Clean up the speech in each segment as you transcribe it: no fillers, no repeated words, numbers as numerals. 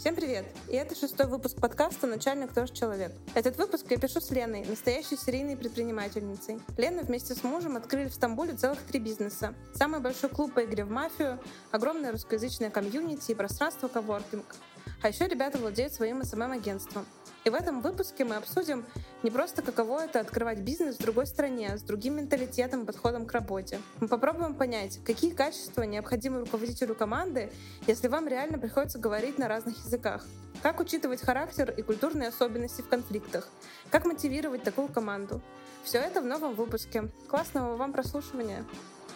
Всем привет! И это 6-й выпуск подкаста «Начальник тоже человек». Этот выпуск я пишу с Леной, настоящей серийной предпринимательницей. Лена вместе с мужем открыли в Стамбуле целых 3 бизнеса. Самый большой клуб по игре в мафию, огромное русскоязычное комьюнити и пространство коворкинг. А еще ребята владеют своим СММ-агентством. И в этом выпуске мы обсудим не просто, каково это открывать бизнес в другой стране, с другим менталитетом и подходом к работе. Мы попробуем понять, какие качества необходимы руководителю команды, если вам реально приходится говорить на разных языках. Как учитывать характер и культурные особенности в конфликтах. Как мотивировать такую команду. Все это в новом выпуске. Классного вам прослушивания!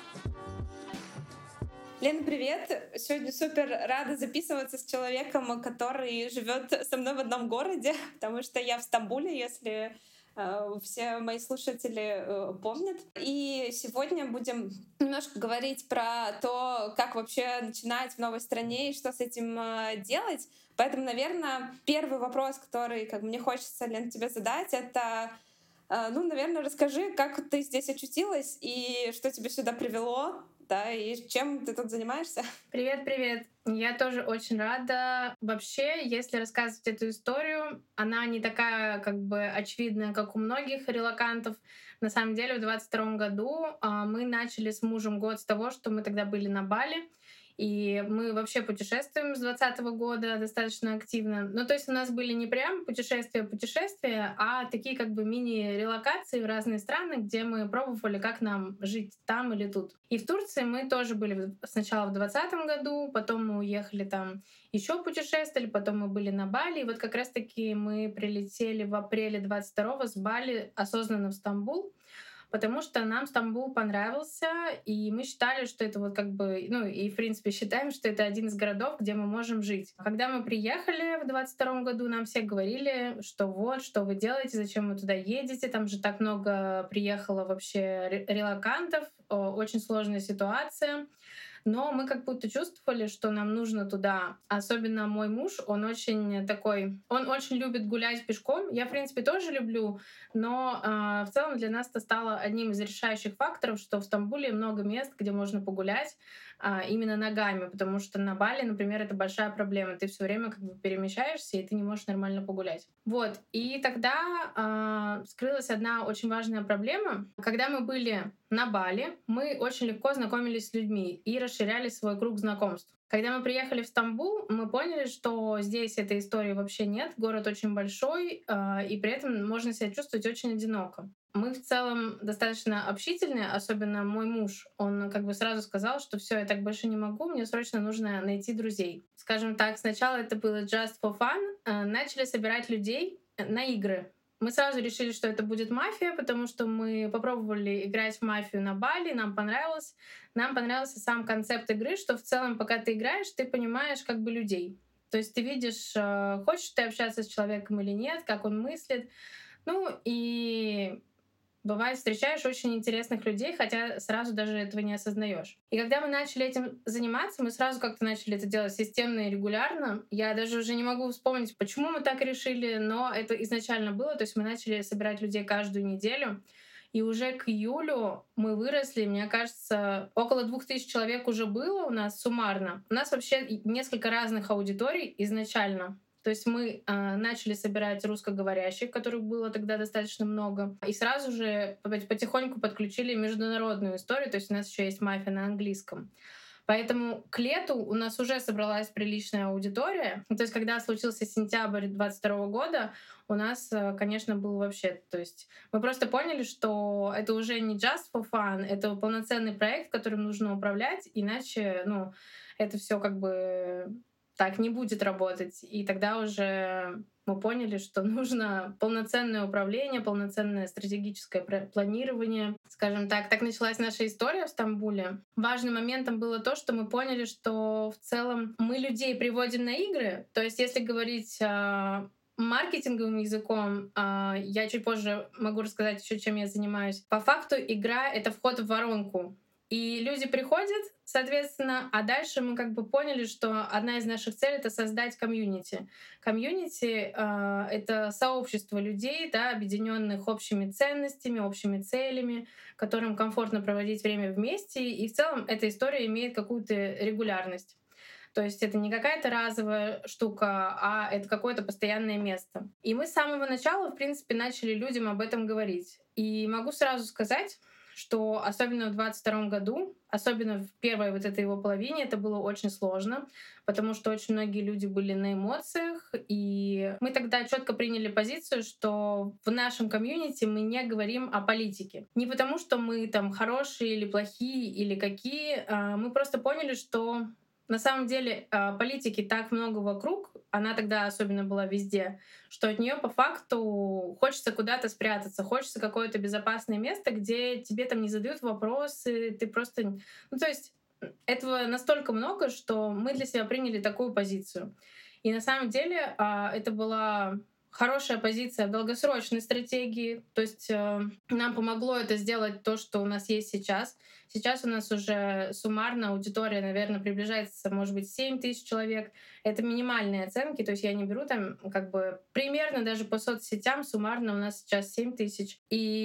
Лена, привет! Сегодня супер рада записываться с человеком, который живет со мной в одном городе, потому что я в Стамбуле, если все мои слушатели помнят. И сегодня будем немножко говорить про то, как вообще начинать в новой стране и что с этим делать. Поэтому, наверное, первый вопрос, который мне хочется, Лен, тебе задать, это, наверное, расскажи, как ты здесь очутилась и что тебя сюда привело. Да, и чем ты тут занимаешься? Привет! Я тоже очень рада. Вообще, если рассказывать эту историю, она не такая очевидная, как у многих релокантов. На самом деле, в 2022 году мы начали с мужем год с того, что мы тогда были на Бали. И мы вообще путешествуем с 2020 года достаточно активно. То есть у нас были не прям путешествия, а такие мини-релокации в разные страны, где мы пробовали, как нам жить там или тут. И в Турции мы тоже были сначала в 2020 году, потом мы уехали там еще путешествовали, потом мы были на Бали. И вот как раз-таки мы прилетели в апреле 22-го с Бали осознанно в Стамбул, потому что нам Стамбул понравился, и мы считали, что это и в принципе считаем, что это один из городов, где мы можем жить. Когда мы приехали в 22 году, нам все говорили, что вот, что вы делаете, зачем вы туда едете, там же так много приехало вообще релокантов, очень сложная ситуация. Но мы как будто чувствовали, что нам нужно туда. Особенно мой муж, он очень любит гулять пешком. Я, в принципе, тоже люблю, но в целом для нас это стало одним из решающих факторов, что в Стамбуле много мест, где можно погулять именно ногами, потому что на Бали, например, это большая проблема. Ты все время перемещаешься, и ты не можешь нормально погулять. Вот. И тогда скрылась одна очень важная проблема. Когда мы были на Бали, мы очень легко знакомились с людьми и расширяли свой круг знакомств. Когда мы приехали в Стамбул, мы поняли, что здесь этой истории вообще нет. Город очень большой, и при этом можно себя чувствовать очень одиноко. Мы в целом достаточно общительные, особенно мой муж. Он сразу сказал, что все, я так больше не могу, мне срочно нужно найти друзей. Скажем так, сначала это было just for fun. Начали собирать людей на игры. Мы сразу решили, что это будет мафия, потому что мы попробовали играть в мафию на Бали, нам понравилось. Нам понравился сам концепт игры, что в целом, пока ты играешь, ты понимаешь людей. То есть ты видишь, хочешь ты общаться с человеком или нет, как он мыслит. И бывает, встречаешь очень интересных людей, хотя сразу даже этого не осознаешь. И когда мы начали этим заниматься, мы сразу начали это делать системно и регулярно. Я даже уже не могу вспомнить, почему мы так решили, но это изначально было. То есть мы начали собирать людей каждую неделю. И уже к июлю мы выросли, мне кажется, около 2000 человек уже было у нас суммарно. У нас вообще несколько разных аудиторий изначально. То есть мы начали собирать русскоговорящих, которых было тогда достаточно много, и сразу же потихоньку подключили международную историю, то есть у нас еще есть мафия на английском. Поэтому к лету у нас уже собралась приличная аудитория. То есть когда случился сентябрь 2022 года, у нас, конечно, был вообще... То есть мы просто поняли, что это уже не just for fun, это полноценный проект, которым нужно управлять, иначе это все так не будет работать. И тогда уже мы поняли, что нужно полноценное управление, полноценное стратегическое планирование. Скажем так, так началась наша история в Стамбуле. Важным моментом было то, что мы поняли, что в целом мы людей приводим на игры. То есть если говорить маркетинговым языком, я чуть позже могу рассказать еще, чем я занимаюсь. По факту игра — это вход в воронку. И люди приходят, соответственно, а дальше мы поняли, что одна из наших целей — это создать комьюнити. Комьюнити — это сообщество людей, объединенных общими ценностями, общими целями, которым комфортно проводить время вместе. И в целом эта история имеет какую-то регулярность. То есть это не какая-то разовая штука, а это какое-то постоянное место. И мы с самого начала, в принципе, начали людям об этом говорить. И могу сразу сказать, что особенно в 2022 году, особенно в первой вот этой его половине, это было очень сложно, потому что очень многие люди были на эмоциях, и мы тогда четко приняли позицию, что в нашем комьюнити мы не говорим о политике. Не потому, что мы там хорошие или плохие или какие, мы просто поняли, что на самом деле политики так много вокруг, она тогда особенно была везде, что от нее по факту хочется куда-то спрятаться, хочется какое-то безопасное место, где тебе там не задают вопросы, ты просто... Ну, то есть этого настолько много, что мы для себя приняли такую позицию. И на самом деле это была хорошая позиция в долгосрочной стратегии. То есть нам помогло это сделать то, что у нас есть сейчас. Сейчас у нас уже суммарно аудитория, наверное, приближается, может быть, 7 тысяч человек. Это минимальные оценки, то есть я не беру там как бы примерно даже по соцсетям суммарно у нас сейчас 7 тысяч.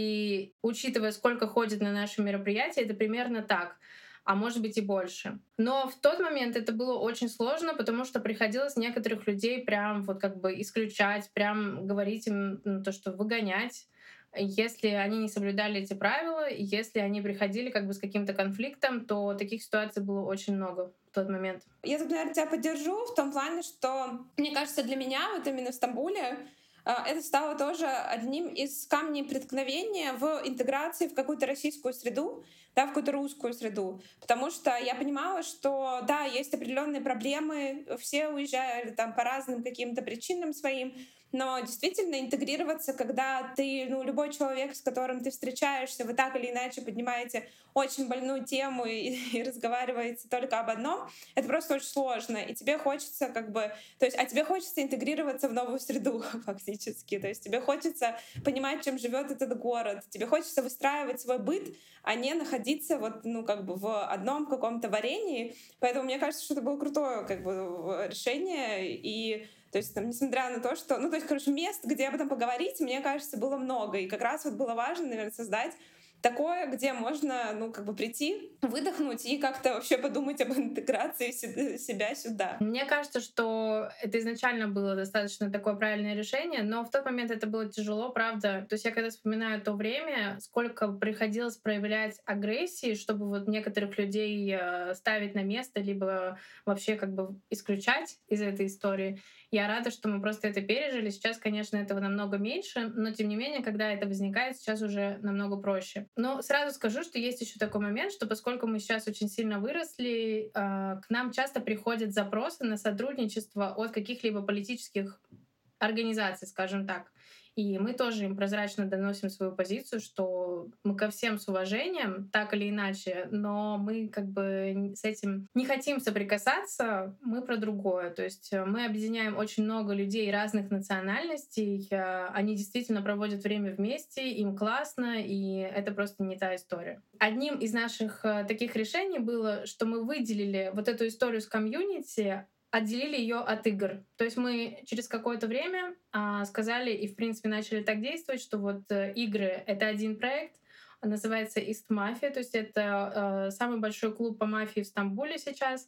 И учитывая, сколько ходит на наши мероприятия, это примерно так, а может быть и больше. Но в тот момент это было очень сложно, потому что приходилось некоторых людей прям вот как бы исключать, прям говорить им то, что выгонять, если они не соблюдали эти правила, и если они приходили как бы с каким-то конфликтом, то таких ситуаций было очень много в тот момент. Я тут, наверное, тебя поддержу в том плане, что, мне кажется, для меня вот именно в Стамбуле это стало тоже одним из камней преткновения в интеграции в какую-то российскую среду, да, в какую-то русскую среду. Потому что я понимала, что, да, есть определенные проблемы, все уезжали там по разным каким-то причинам своим, но действительно интегрироваться, когда ты, ну, любой человек, с которым ты встречаешься, вы так или иначе поднимаете очень больную тему и разговариваете только об одном, это просто очень сложно. И тебе хочется как бы... То есть, а тебе хочется интегрироваться в новую среду фактически. То есть тебе хочется понимать, чем живет этот город. Тебе хочется выстраивать свой быт, а не находиться вот, ну, как бы в одном каком-то варенье. Поэтому мне кажется, что это было крутое как бы решение. И то есть, там, несмотря на то, что... Ну, то есть, короче, мест, где об этом поговорить, мне кажется, было много. И как раз вот было важно, наверное, создать такое, где можно, ну, как бы прийти, выдохнуть и как-то вообще подумать об интеграции себя сюда. Мне кажется, что это изначально было достаточно такое правильное решение, но в тот момент это было тяжело, правда. То есть я когда вспоминаю то время, сколько приходилось проявлять агрессии, чтобы вот некоторых людей ставить на место, либо вообще как бы исключать из этой истории. Я рада, что мы просто это пережили. Сейчас, конечно, этого намного меньше, но тем не менее, когда это возникает, сейчас уже намного проще. Но сразу скажу, что есть еще такой момент, что поскольку мы сейчас очень сильно выросли, к нам часто приходят запросы на сотрудничество от каких-либо политических организаций, скажем так. И мы тоже им прозрачно доносим свою позицию, что мы ко всем с уважением, так или иначе, но мы как бы с этим не хотим соприкасаться, мы про другое. То есть мы объединяем очень много людей разных национальностей, они действительно проводят время вместе, им классно, и это просто не та история. Одним из наших таких решений было, что мы выделили вот эту историю с комьюнити, отделили ее от игр. То есть мы через какое-то время сказали и, в принципе, начали так действовать, что вот игры — это один проект, называется East Mafia, то есть это самый большой клуб по мафии в Стамбуле сейчас.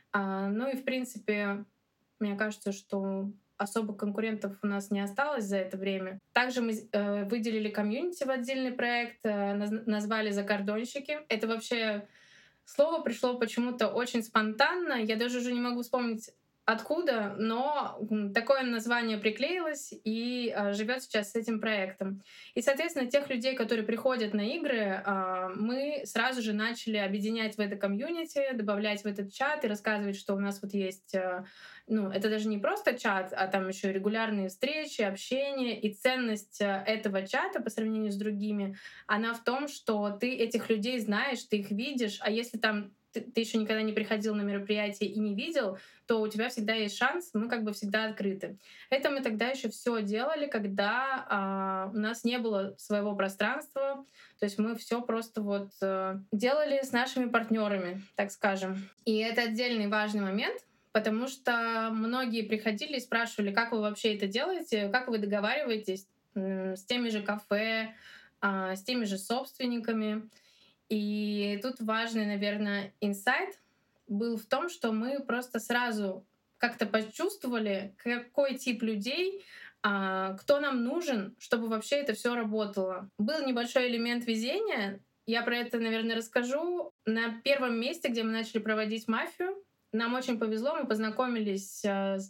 Ну и, в принципе, мне кажется, что особо конкурентов у нас не осталось за это время. Также мы выделили комьюнити в отдельный проект, назвали «Закордонщики». Это вообще... Слово пришло почему-то очень спонтанно. Я даже уже не могу вспомнить откуда, но такое название приклеилось и живет сейчас с этим проектом. И, соответственно, тех людей, которые приходят на игры, мы сразу же начали объединять в это комьюнити, добавлять в этот чат и рассказывать, что у нас вот есть... Ну, это даже не просто чат, а там еще регулярные встречи, общение. И ценность этого чата по сравнению с другими, она в том, что ты этих людей знаешь, ты их видишь, а если там ты еще никогда не приходил на мероприятие и не видел, то у тебя всегда есть шанс, мы как бы всегда открыты. Это мы тогда еще все делали, когда у нас не было своего пространства, то есть мы все просто вот делали с нашими партнерами, так скажем. И это отдельный важный момент, потому что многие приходили и спрашивали, как вы вообще это делаете, как вы договариваетесь с теми же кафе, с теми же собственниками. И тут важный, наверное, инсайт был в том, что мы просто сразу как-то почувствовали, какой тип людей, кто нам нужен, чтобы вообще это все работало. Был небольшой элемент везения. Я про это, наверное, расскажу. На первом месте, где мы начали проводить мафию, нам очень повезло, мы познакомились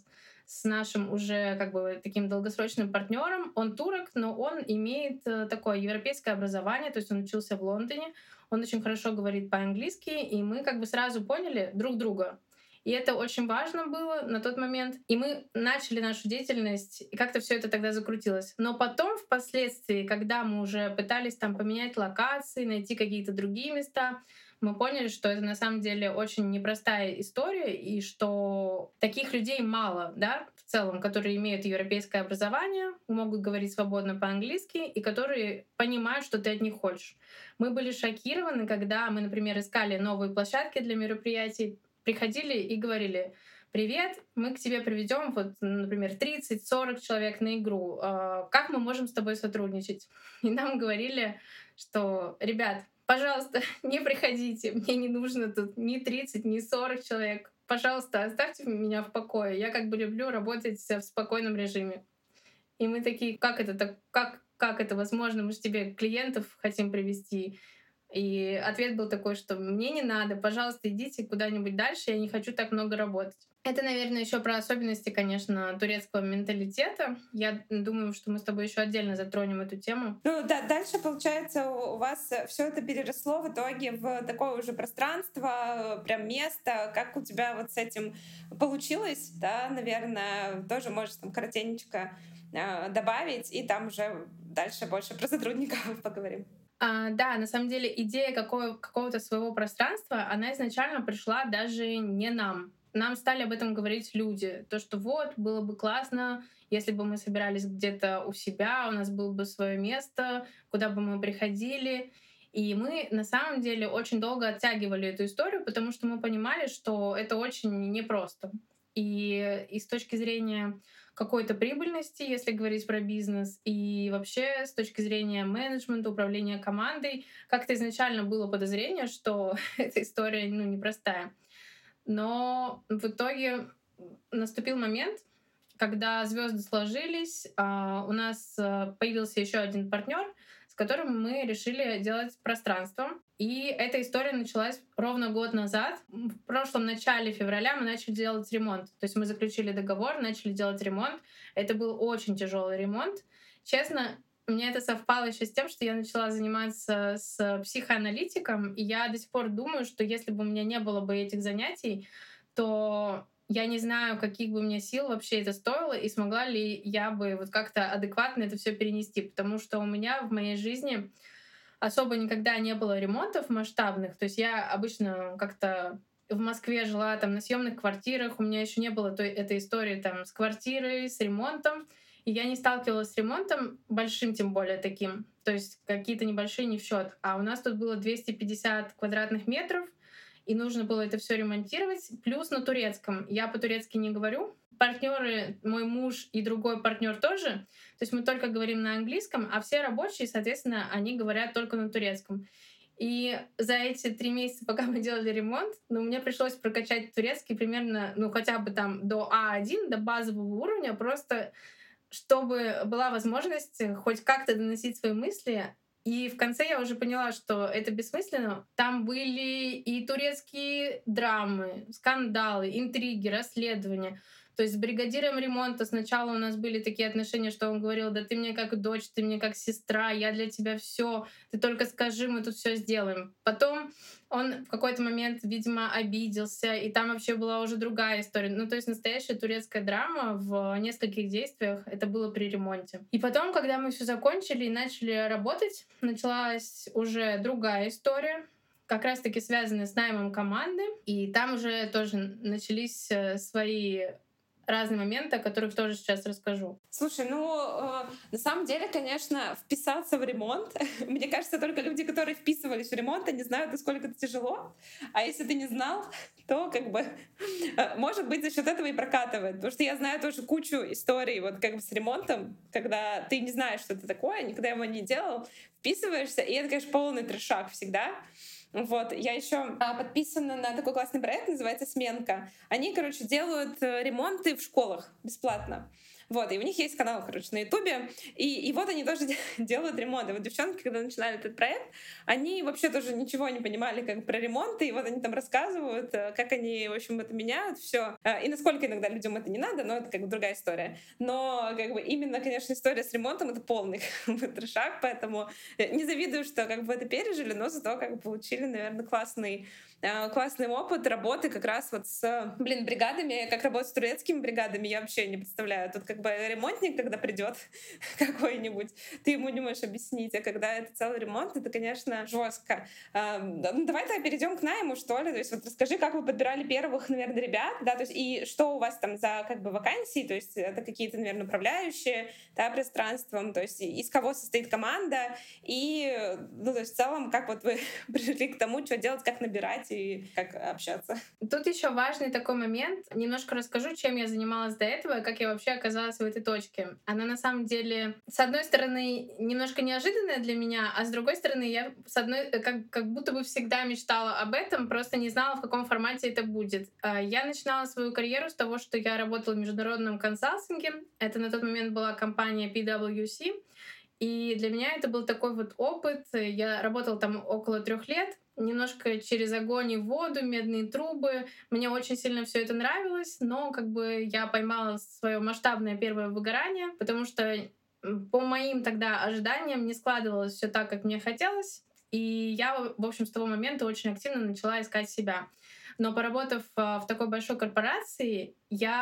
с нашим уже как бы таким долгосрочным партнером. Он турок, но он имеет такое европейское образование, то есть он учился в Лондоне, он очень хорошо говорит по-английски, и мы как бы сразу поняли друг друга. И это очень важно было на тот момент. И мы начали нашу деятельность, и как-то все это тогда закрутилось. Но потом, впоследствии, когда мы уже пытались там поменять локации, найти какие-то другие места, мы поняли, что это на самом деле очень непростая история, и что таких людей мало, да, в целом, которые имеют европейское образование, могут говорить свободно по-английски, и которые понимают, что ты от них хочешь. Мы были шокированы, когда мы, например, искали новые площадки для мероприятий, приходили и говорили: «Привет, мы к тебе приведем, вот, например, 30-40 человек на игру. Как мы можем с тобой сотрудничать?» И нам говорили, что: «Ребят, пожалуйста, не приходите, мне не нужно тут ни 30, ни 40 человек. Пожалуйста, оставьте меня в покое. Я как бы люблю работать в спокойном режиме». И мы такие: «Как это так? Как это возможно? Мы же тебе клиентов хотим привести». И ответ был такой, что мне не надо, пожалуйста, идите куда-нибудь дальше, я не хочу так много работать. Это, наверное, еще про особенности, конечно, турецкого менталитета. Я думаю, что мы с тобой еще отдельно затронем эту тему. Ну да, дальше, получается, у вас все это переросло в итоге в такое уже пространство, прям место. Как у тебя вот с этим получилось, да, наверное, тоже можешь там коротенечко добавить, и там уже дальше больше про сотрудников поговорим. Да, на самом деле идея какого-то своего пространства, она изначально пришла даже не нам. Нам стали об этом говорить люди. То, что вот, было бы классно, если бы мы собирались где-то у себя, у нас было бы свое место, куда бы мы приходили. И мы на самом деле очень долго оттягивали эту историю, потому что мы понимали, что это очень непросто. И с точки зрения какой-то прибыльности, если говорить про бизнес, и вообще с точки зрения менеджмента, управления командой, как-то изначально было подозрение, что эта история непростая. Но в итоге наступил момент, когда звезды сложились, у нас появился еще один партнер, с которым мы решили делать пространство. И эта история началась ровно год назад. В прошлом начале февраля мы начали делать ремонт. То есть мы заключили договор, начали делать ремонт. Это был очень тяжелый ремонт. Честно, мне это совпало еще с тем, что я начала заниматься с психоаналитиком, и я до сих пор думаю, что если бы у меня не было бы этих занятий, то я не знаю, каких бы мне сил вообще это стоило, и смогла ли я бы вот как-то адекватно это все перенести, потому что у меня в моей жизни особо никогда не было ремонтов масштабных. То есть я обычно как-то в Москве жила там на съемных квартирах, у меня еще не было этой истории там с квартирой, с ремонтом, и я не сталкивалась с ремонтом большим, тем более таким. То есть какие-то небольшие не в счет. А у нас тут было 250 квадратных метров, и нужно было это все ремонтировать. Плюс на турецком. Я по-турецки не говорю. Партнеры, мой муж и другой партнер тоже. То есть мы только говорим на английском, а все рабочие, соответственно, они говорят только на турецком. И за эти 3 месяца, пока мы делали ремонт, мне пришлось прокачать турецкий примерно, хотя бы там до А1, до базового уровня, просто чтобы была возможность хоть как-то доносить свои мысли. И в конце я уже поняла, что это бессмысленно. Там были и турецкие драмы, скандалы, интриги, расследования. То есть с бригадиром ремонта сначала у нас были такие отношения, что он говорил: да ты мне как дочь, ты мне как сестра, я для тебя все, ты только скажи, мы тут все сделаем. Потом он в какой-то момент, видимо, обиделся, и там вообще была уже другая история. То есть настоящая турецкая драма в нескольких действиях. Это было при ремонте. И потом, когда мы все закончили и начали работать, началась уже другая история, как раз-таки связанная с наймом команды. И там уже тоже начались свои разные моменты, о которых тоже сейчас расскажу. Слушай, на самом деле, конечно, вписаться в ремонт, мне кажется, только люди, которые вписывались в ремонт, они знают, насколько это тяжело. А если ты не знал, то может быть, за счет этого и прокатывает. Потому что я знаю тоже кучу историй с ремонтом, когда ты не знаешь, что это такое, никогда его не делал, вписываешься, и это, конечно, полный трешак всегда. Вот, я еще подписана на такой классный проект, называется «Сменка». Они, короче, делают ремонты в школах бесплатно. Вот, и у них есть канал, короче, на Ютубе, и вот они тоже делают ремонт. И вот девчонки, когда начинали этот проект, они вообще тоже ничего не понимали как про ремонты, и вот они там рассказывают, как они, в общем, это меняют, все. И насколько иногда людям это не надо, но это как бы другая история. Но как бы именно, конечно, история с ремонтом — это полный трешак, поэтому не завидую, что как бы это пережили, но зато как бы получили, наверное, классный опыт работы как раз вот с, бригадами, как работать с турецкими бригадами, я вообще не представляю. Тут как бы ремонтник, когда придет какой-нибудь, ты ему не можешь объяснить, а когда это целый ремонт, это, конечно, жестко. Ну, давай тогда перейдем к найму, что ли. То есть вот расскажи, как вы подбирали первых, наверное, ребят, да, то есть и что у вас там за как бы вакансии, то есть это какие-то, наверное, управляющие, да, пространством, то есть из кого состоит команда, и, ну, то есть в целом, как вот вы пришли к тому, что делать, как набирать и как общаться. Тут еще важный такой момент. Немножко расскажу, чем я занималась до этого и как я вообще оказалась в этой точке. Она на самом деле, с одной стороны, немножко неожиданная для меня, а с другой стороны, я как будто бы всегда мечтала об этом, просто не знала, в каком формате это будет. Я начинала свою карьеру с того, что я работала в международном консалтинге. Это на тот момент была компания PwC. И для меня это был такой вот опыт. Я работала там около 3 лет, немножко через огонь и воду, медные трубы. Мне очень сильно все это нравилось, но как бы я поймала свое масштабное первое выгорание, потому что по моим тогда ожиданиям не складывалось все так, как мне хотелось. И я, в общем, с того момента очень активно начала искать себя. Но поработав в такой большой корпорации,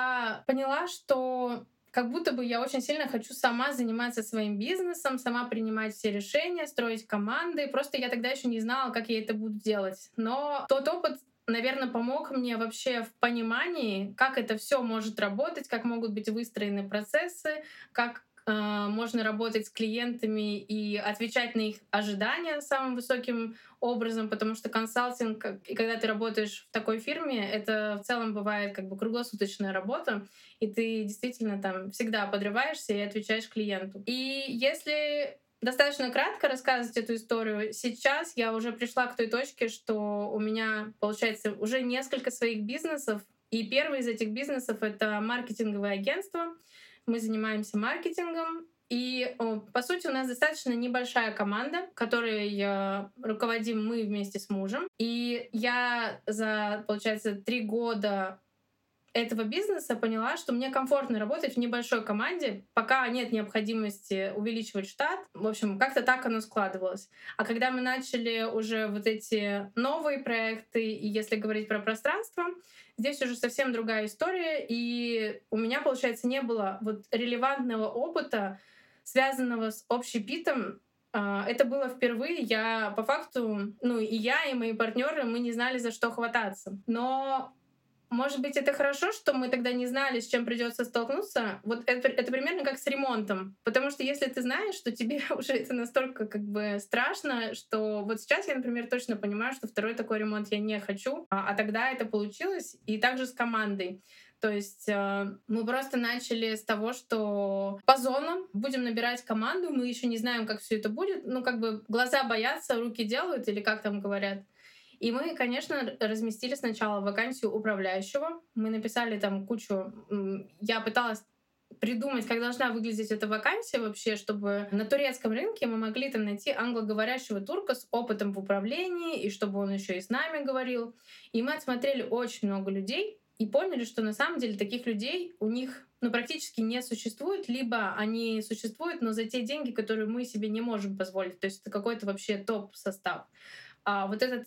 я поняла, что как будто бы я очень сильно хочу сама заниматься своим бизнесом, сама принимать все решения, строить команды. Просто я тогда еще не знала, как я это буду делать. Но тот опыт, наверное, помог мне вообще в понимании, как это все может работать, как могут быть выстроены процессы, как можно работать с клиентами и отвечать на их ожидания самым высоким образом, потому что консалтинг, и когда ты работаешь в такой фирме, это в целом бывает как бы круглосуточная работа, и ты действительно там всегда подрываешься и отвечаешь клиенту. И если достаточно кратко рассказывать эту историю, сейчас я уже пришла к той точке, что у меня, получается, уже несколько своих бизнесов, и первый из этих бизнесов — это маркетинговое агентство. Мы занимаемся маркетингом, и, по сути, у нас достаточно небольшая команда, которой руководим мы вместе с мужем. И я за, получается, 3 года этого бизнеса поняла, что мне комфортно работать в небольшой команде, пока нет необходимости увеличивать штат. В общем, как-то так оно складывалось. А когда мы начали уже вот эти новые проекты, и если говорить про пространство, здесь уже совсем другая история, и у меня, получается, не было вот релевантного опыта, связанного с общепитом. Это было впервые. Я по факту, и я, и мои партнеры, мы не знали, за что хвататься. Но может быть, это хорошо, что мы тогда не знали, с чем придется столкнуться. Вот это примерно как с ремонтом. Потому что если ты знаешь, что тебе уже это настолько как бы страшно, что вот сейчас я, например, точно понимаю, что второй такой ремонт я не хочу, а тогда это получилось. И также с командой. То есть мы просто начали с того, что по зонам будем набирать команду, мы еще не знаем, как все это будет. Ну, как бы глаза боятся, руки делают, или как там говорят. И мы, конечно, разместили сначала вакансию управляющего. Мы написали там кучу... Я пыталась придумать, как должна выглядеть эта вакансия вообще, чтобы на турецком рынке мы могли там найти англоговорящего турка с опытом в управлении, и чтобы он еще и с нами говорил. И мы отсмотрели очень много людей и поняли, что на самом деле таких людей у них практически не существует, либо они существуют, но за те деньги, которые мы себе не можем позволить. То есть это какой-то вообще топ-состав. А вот этот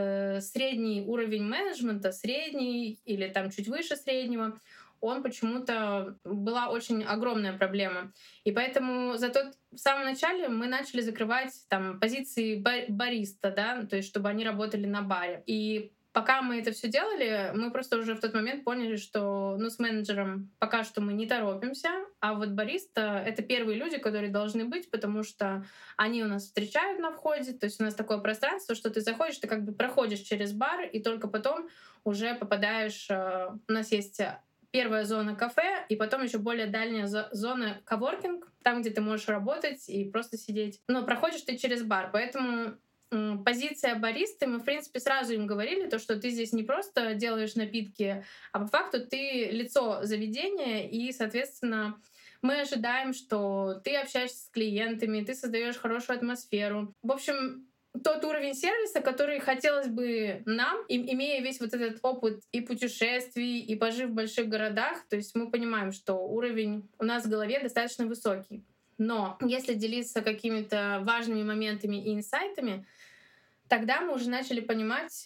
средний уровень менеджмента, средний или там чуть выше среднего, он почему-то была очень огромная проблема. И поэтому в самом начале мы начали закрывать там позиции бариста, да, то есть чтобы они работали на баре. И пока мы это все делали, мы просто уже в тот момент поняли, что с менеджером пока что мы не торопимся, а вот бариста — это первые люди, которые должны быть, потому что они у нас встречают на входе, то есть у нас такое пространство, что ты заходишь, ты как бы проходишь через бар, и только потом уже попадаешь... У нас есть первая зона кафе, и потом еще более дальняя зона коворкинг, там, где ты можешь работать и просто сидеть. Но проходишь ты через бар, поэтому позиция баристы, мы, в принципе, сразу им говорили, то, что ты здесь не просто делаешь напитки, а по факту ты лицо заведения, и, соответственно, мы ожидаем, что ты общаешься с клиентами, ты создаешь хорошую атмосферу. В общем, тот уровень сервиса, который хотелось бы нам, имея весь вот этот опыт и путешествий, и пожив в больших городах, то есть мы понимаем, что уровень у нас в голове достаточно высокий. Но если делиться какими-то важными моментами и инсайтами, тогда мы уже начали понимать,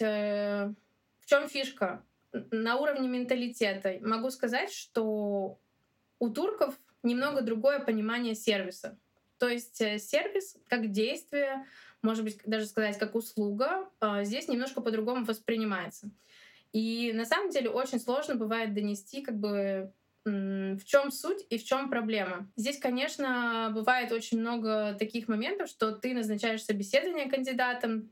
в чем фишка. На уровне менталитета могу сказать, что у турков немного другое понимание сервиса. То есть сервис как действие, может быть, даже сказать как услуга, здесь немножко по-другому воспринимается. И на самом деле очень сложно бывает донести, как бы, в чем суть и в чем проблема. Здесь, конечно, бывает очень много таких моментов, что ты назначаешь собеседование кандидатам,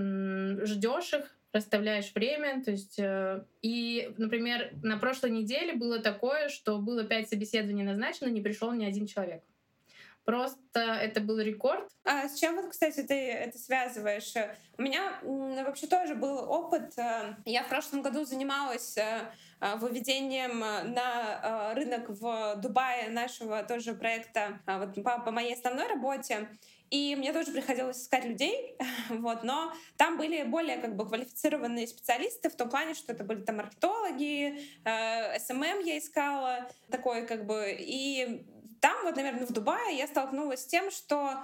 ждешь их, расставляешь время. То есть, и, например, на прошлой неделе было такое, что было 5 собеседований назначено, не пришел ни один человек. Просто это был рекорд. А с чем вот, кстати, ты это связываешь? У меня вообще тоже был опыт. Я в прошлом году занималась выведением на рынок в Дубае нашего тоже проекта вот, по моей основной работе. И мне тоже приходилось искать людей, вот, но там были более как бы квалифицированные специалисты в том плане, что это были там маркетологи, SMM я искала, такой как бы, и там вот, наверное, в Дубае я столкнулась с тем, что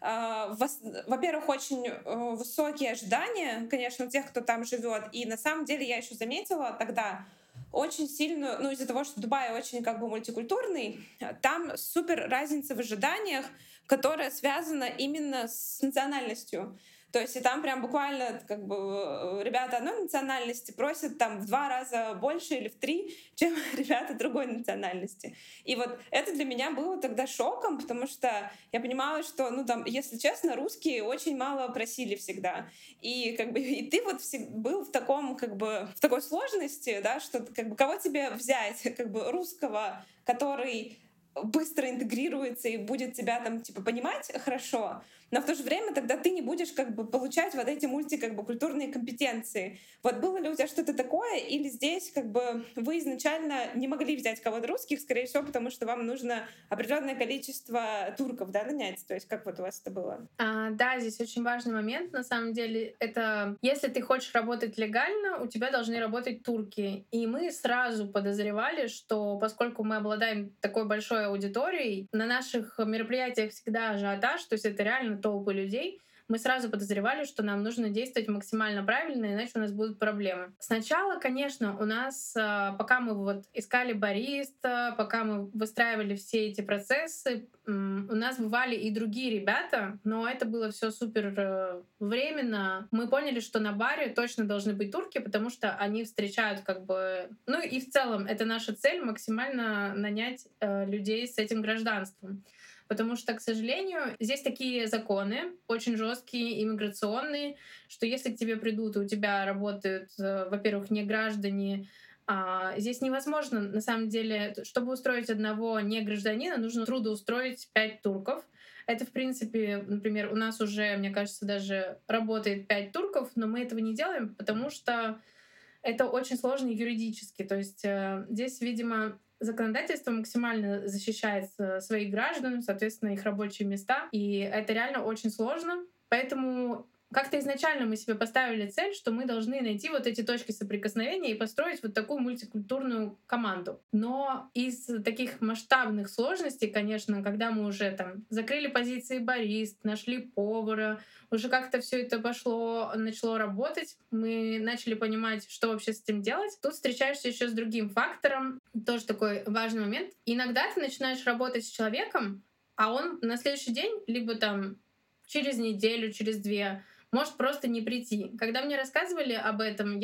во-первых, очень высокие ожидания, конечно, у тех, кто там живет. И на самом деле я еще заметила тогда очень сильную, ну из-за того, что Дубай очень как бы мультикультурный, там супер разница в ожиданиях, которая связана именно с национальностью. То есть и там прям буквально как бы ребята одной национальности просят там в 2 раза больше или в 3, чем ребята другой национальности. И вот это для меня было тогда шоком, потому что я понимала, что, ну там, если честно, русские очень мало просили всегда. И как бы и ты вот был в таком как бы в такой сложности, да, что как бы кого тебе взять, как бы русского, который быстро интегрируется и будет тебя там типа понимать хорошо, но в то же время тогда ты не будешь как бы получать вот эти культурные компетенции. Вот было ли у тебя что-то такое, или здесь как бы вы изначально не могли взять кого-то русских, скорее всего, потому что вам нужно определенное количество турков, да, нанять? То есть как вот у вас это было? Да, здесь очень важный момент. На самом деле, это если ты хочешь работать легально, у тебя должны работать турки. И мы сразу подозревали, что поскольку мы обладаем такой большой аудиторией, на наших мероприятиях всегда ажиотаж, то есть это реально толпы людей, мы сразу подозревали, что нам нужно действовать максимально правильно, иначе у нас будут проблемы. Сначала, конечно, у нас, пока мы вот искали бариста, пока мы выстраивали все эти процессы, у нас бывали и другие ребята, но это было все супер временно. Мы поняли, что на баре точно должны быть турки, потому что они встречают как бы... Ну и в целом это наша цель — максимально нанять людей с этим гражданством. Потому что, к сожалению, здесь такие законы очень жесткие, иммиграционные, что если к тебе придут, и у тебя работают, во-первых, не граждане, здесь невозможно, на самом деле, чтобы устроить одного негражданина, нужно трудоустроить 5 турков. Это, в принципе, например, у нас уже, мне кажется, даже работает 5 турков, но мы этого не делаем, потому что это очень сложно юридически. То есть здесь, видимо, законодательство максимально защищает своих граждан, соответственно, их рабочие места. И это реально очень сложно. Поэтому как-то изначально мы себе поставили цель, что мы должны найти вот эти точки соприкосновения и построить вот такую мультикультурную команду. Но из таких масштабных сложностей, конечно, когда мы уже там закрыли позиции барист, нашли повара, уже как-то все это начало работать, мы начали понимать, что вообще с этим делать. Тут встречаешься еще с другим фактором, тоже такой важный момент. Иногда ты начинаешь работать с человеком, а он на следующий день, либо там через неделю, через 2, может просто не прийти. Когда мне рассказывали об этом,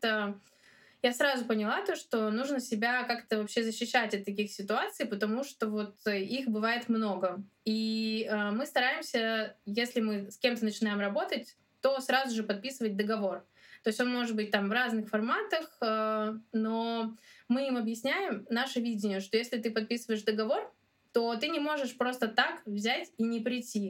я сразу поняла то, что нужно себя как-то вообще защищать от таких ситуаций, потому что вот их бывает много. И мы стараемся, если мы с кем-то начинаем работать, то сразу же подписывать договор. То есть он может быть там в разных форматах, но мы им объясняем наше видение, что если ты подписываешь договор, то ты не можешь просто так взять и не прийти.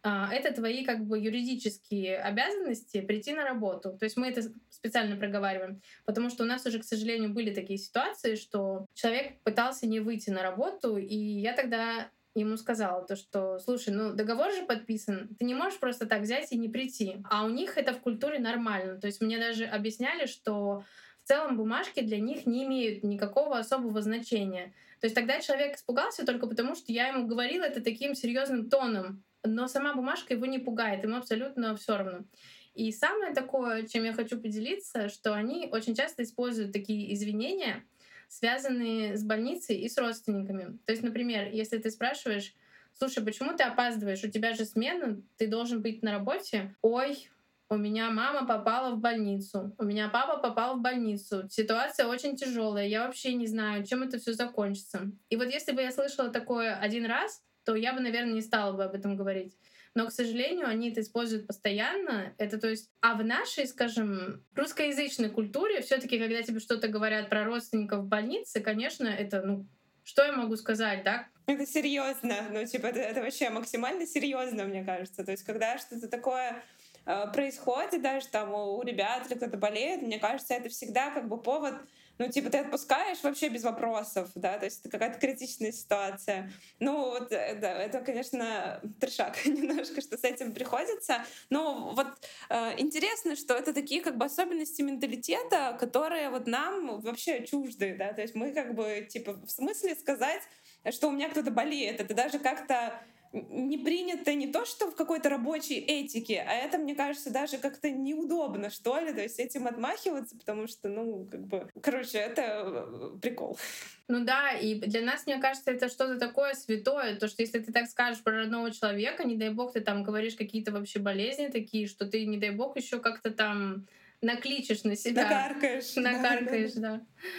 это твои как бы юридические обязанности прийти на работу. То есть мы это специально проговариваем, потому что у нас уже, к сожалению, были такие ситуации, что человек пытался не выйти на работу, и я тогда ему сказала то, что, слушай, ну договор же подписан, ты не можешь просто так взять и не прийти. А у них это в культуре нормально. То есть мне даже объясняли, что в целом бумажки для них не имеют никакого особого значения. То есть тогда человек испугался только потому, что я ему говорила это таким серьезным тоном, но сама бумажка его не пугает, ему абсолютно все равно. И самое такое, чем я хочу поделиться, что они очень часто используют такие извинения, связанные с больницей и с родственниками. То есть, например, если ты спрашиваешь: слушай, почему ты опаздываешь? У тебя же смена, ты должен быть на работе. Ой, у меня мама попала в больницу, у меня папа попал в больницу. Ситуация очень тяжелая, я вообще не знаю, чем это все закончится. И вот если бы я слышала такое один раз, то я бы, наверное, не стала бы об этом говорить. Но, к сожалению, они это используют постоянно. Это то есть, а в нашей, скажем, русскоязычной культуре все таки когда тебе что-то говорят про родственников в больнице, конечно, это, ну, что я могу сказать, да? Это серьезно, ну типа это вообще максимально серьезно, мне кажется. То есть когда что-то такое происходит, даже там у ребят или кто-то болеет, мне кажется, это всегда как бы повод, ну, типа, ты отпускаешь вообще без вопросов, да, то есть это какая-то критичная ситуация. Ну, вот, да, это, конечно, трешак немножко, что с этим приходится. Но вот интересно, что это такие как бы особенности менталитета, которые вот нам вообще чужды, да, то есть мы как бы, типа, в смысле сказать, что у меня кто-то болеет, это даже как-то не принято не то, что в какой-то рабочей этике, а это, мне кажется, даже как-то неудобно, что ли, то есть этим отмахиваться, потому что, ну, как бы, короче, это прикол. Ну да, и для нас, мне кажется, это что-то такое святое, то, что если ты так скажешь про родного человека, не дай бог, ты там говоришь какие-то вообще болезни такие, что ты, не дай бог, еще как-то там накличешь на себя. Накаркаешь. Накаркаешь, да.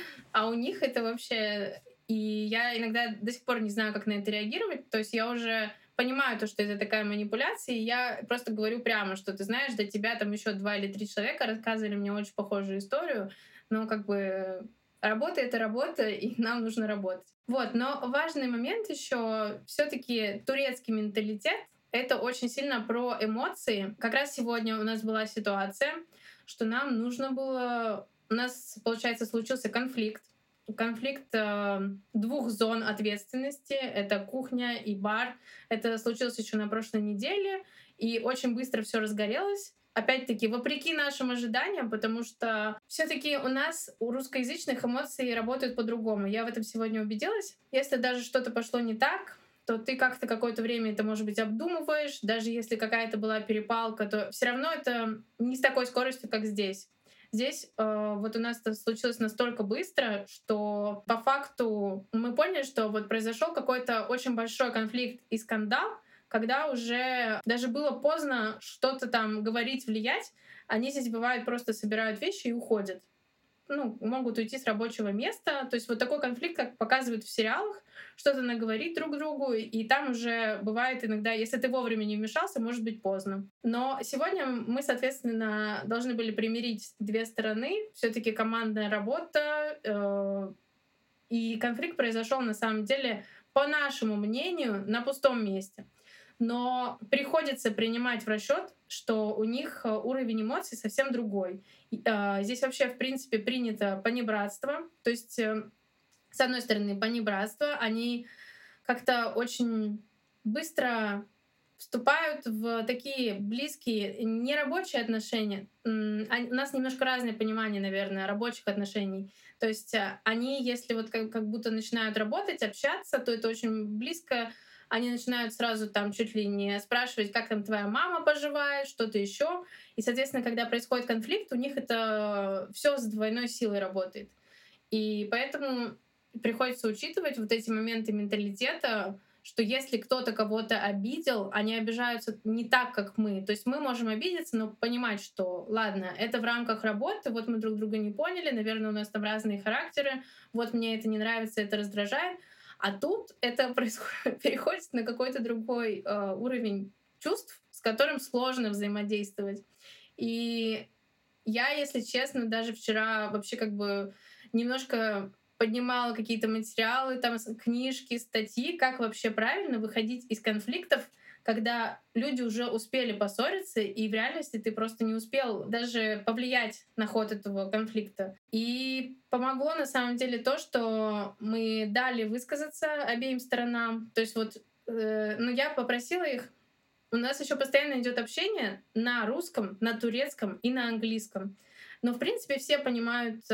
А у них это вообще... И я иногда до сих пор не знаю, как на это реагировать. То есть я уже понимаю то, что это такая манипуляция, и я просто говорю прямо, что ты знаешь, до тебя там еще 2 или 3 человека рассказывали мне очень похожую историю, но как бы работа — это работа, и нам нужно работать. Вот, но важный момент еще все-таки турецкий менталитет. Это очень сильно про эмоции. Как раз сегодня у нас была ситуация, что нам нужно было... У нас, получается, случился конфликт. Конфликт 2 зон ответственности. Это кухня и бар. Это случилось еще на прошлой неделе. И очень быстро все разгорелось. Опять-таки, вопреки нашим ожиданиям, потому что все-таки у нас, у русскоязычных, эмоции работают по-другому. Я в этом сегодня убедилась. Если даже что-то пошло не так, то ты как-то какое-то время это, может быть, обдумываешь. Даже если какая-то была перепалка, то все равно это не с такой скоростью, как здесь. Здесь вот у нас это случилось настолько быстро, что по факту мы поняли, что вот произошел какой-то очень большой конфликт и скандал, когда уже даже было поздно что-то там говорить, влиять. Они здесь, бывает, просто собирают вещи и уходят. Ну, могут уйти с рабочего места. То есть вот такой конфликт, как показывают в сериалах, что-то наговорить друг другу, и там уже бывает иногда, если ты вовремя не вмешался, может быть поздно. Но сегодня мы, соответственно, должны были примирить 2 стороны. Все таки командная работа, и конфликт произошел на самом деле, по нашему мнению, на пустом месте. Но приходится принимать в расчет, что у них уровень эмоций совсем другой. Здесь вообще, в принципе, принято понебратство. То есть, с одной стороны, понебратство, они как-то очень быстро вступают в такие близкие, нерабочие отношения. У нас немножко разное понимание, наверное, рабочих отношений. То есть они, если вот как будто начинают работать, общаться, то это очень близко. Они начинают сразу там чуть ли не спрашивать, как там твоя мама поживает, что-то еще. И, соответственно, когда происходит конфликт, у них это все с двойной силой работает. И поэтому приходится учитывать вот эти моменты менталитета, что если кто-то кого-то обидел, они обижаются не так, как мы. То есть мы можем обидеться, но понимать, что ладно, это в рамках работы, вот мы друг друга не поняли, наверное, у нас там разные характеры, вот мне это не нравится, это раздражает. А тут это происходит, переходит на какой-то другой уровень чувств, с которым сложно взаимодействовать. И я, если честно, даже вчера вообще как бы немножко поднимала какие-то материалы, там книжки, статьи, как вообще правильно выходить из конфликтов когда люди уже успели поссориться, и в реальности ты просто не успел даже повлиять на ход этого конфликта. И помогло на самом деле то, что мы дали высказаться обеим сторонам. То есть вот, я попросила их. У нас еще постоянно идет общение на русском, на турецком и на английском. Но, в принципе, все понимают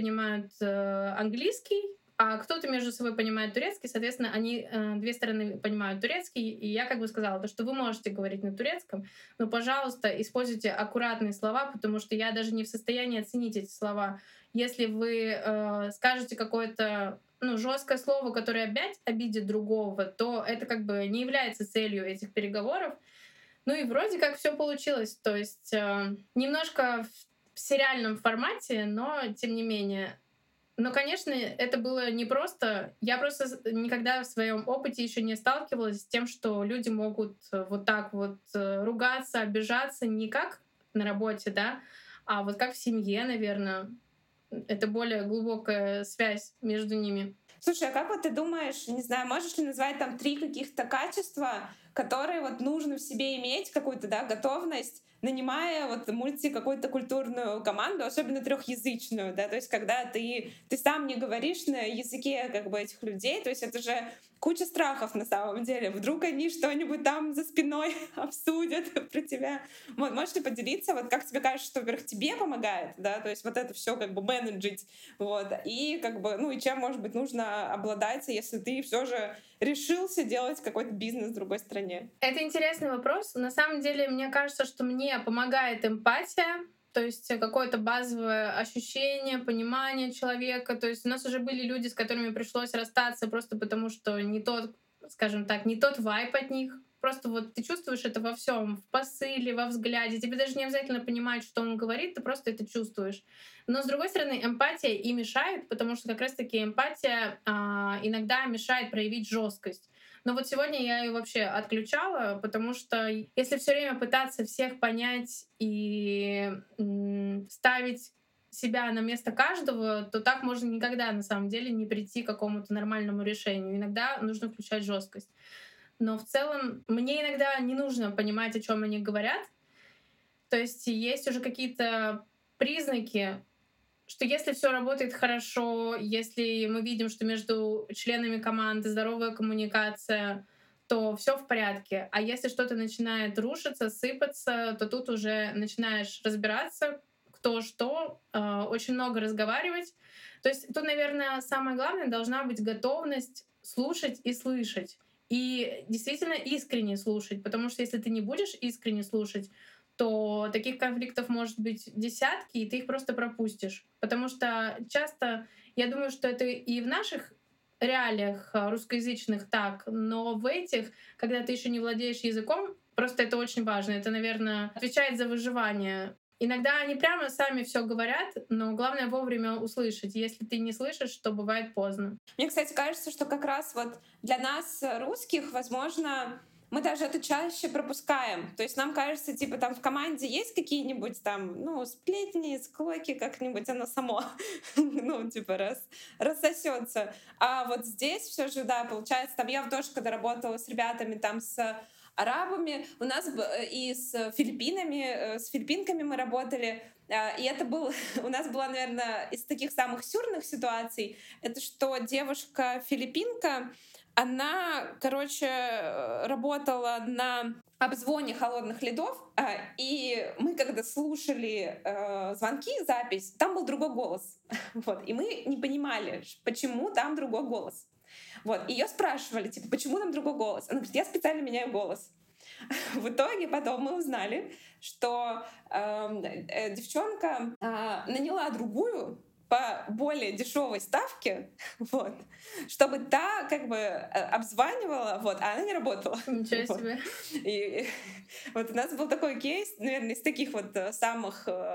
английский, а кто-то между собой понимает турецкий, соответственно, они две стороны понимают турецкий, и я как бы сказала, то, что вы можете говорить на турецком, но, пожалуйста, используйте аккуратные слова, потому что я даже не в состоянии оценить эти слова. Если вы скажете какое-то жесткое слово, которое опять обидит другого, то это как бы не является целью этих переговоров. Ну и вроде как все получилось. То есть немножко в сериальном формате, но тем не менее. Но, конечно, это было непросто. Я просто никогда в своем опыте еще не сталкивалась с тем, что люди могут вот так вот ругаться, обижаться не как на работе, да, а вот как в семье, наверное. Это более глубокая связь между ними. Слушай, а как вот ты думаешь, не знаю, можешь ли назвать там 3 каких-то качества, которые вот нужно в себе иметь, какую-то, да, готовность, нанимая вот какую-то культурную команду, особенно трехязычную, да, то есть когда ты сам не говоришь на языке как бы этих людей, то есть это же куча страхов на самом деле. Вдруг они что-нибудь там за спиной обсудят про тебя. Вот, можешь ли поделиться, вот как тебе кажется, что, во-первых, тебе помогает, да, то есть вот это все как бы менеджить, вот, и как бы, и чем, может быть, нужно обладать, если ты все же решился делать какой-то бизнес в другой стране? Это интересный вопрос. На самом деле, мне кажется, что мне помогает эмпатия, то есть какое-то базовое ощущение, понимание человека. То есть у нас уже были люди, с которыми пришлось расстаться просто потому, что не тот, скажем так, не тот вайб от них. Просто вот ты чувствуешь это во всем, в посыле, во взгляде. Тебе даже не обязательно понимать, что он говорит, ты просто это чувствуешь. Но, с другой стороны, эмпатия и мешает, потому что как раз-таки эмпатия иногда мешает проявить жесткость. Но вот сегодня я ее вообще отключала, потому что если все время пытаться всех понять и ставить себя на место каждого, то так можно никогда на самом деле не прийти к какому-то нормальному решению. Иногда нужно включать жесткость. Но в целом мне иногда не нужно понимать, о чем они говорят. То есть есть уже какие-то признаки, что если все работает хорошо, если мы видим, что между членами команды здоровая коммуникация, то все в порядке. А если что-то начинает рушиться, сыпаться, то тут уже начинаешь разбираться, кто что, очень много разговаривать. То есть тут, наверное, самое главное должна быть готовность слушать и слышать. И действительно искренне слушать, потому что если ты не будешь искренне слушать, то таких конфликтов может быть десятки, и ты их просто пропустишь. Потому что часто, я думаю, что это и в наших реалиях русскоязычных так, но в этих, когда ты еще не владеешь языком, просто это очень важно. Это, наверное, отвечает за выживание. Иногда они прямо сами все говорят, но главное вовремя услышать. Если ты не слышишь, то бывает поздно. Мне, кстати, кажется, что как раз вот для нас, русских, возможно, мы даже это чаще пропускаем. То есть нам кажется, типа там в команде есть какие-нибудь там, сплетни, склоки, как-нибудь оно само, рассосется. А вот здесь все же, да, получается, там я тоже, когда работала с ребятами там с арабами, у нас и с филиппинками мы работали, и это у нас была, наверное, из таких самых сюрных ситуаций, это что девушка-филиппинка, она, работала на обзвоне холодных ледов, и мы, когда слушали звонки, запись, там был другой голос. Вот, и мы не понимали, почему там другой голос. Вот, ее спрашивали, типа, почему там другой голос? Она говорит, я специально меняю голос. В итоге потом мы узнали, что девчонка наняла другую по более дешевой ставке, вот, чтобы та как бы обзванивала, вот, а она не работала. Ничего себе. И вот у нас был такой кейс, наверное, из таких вот самых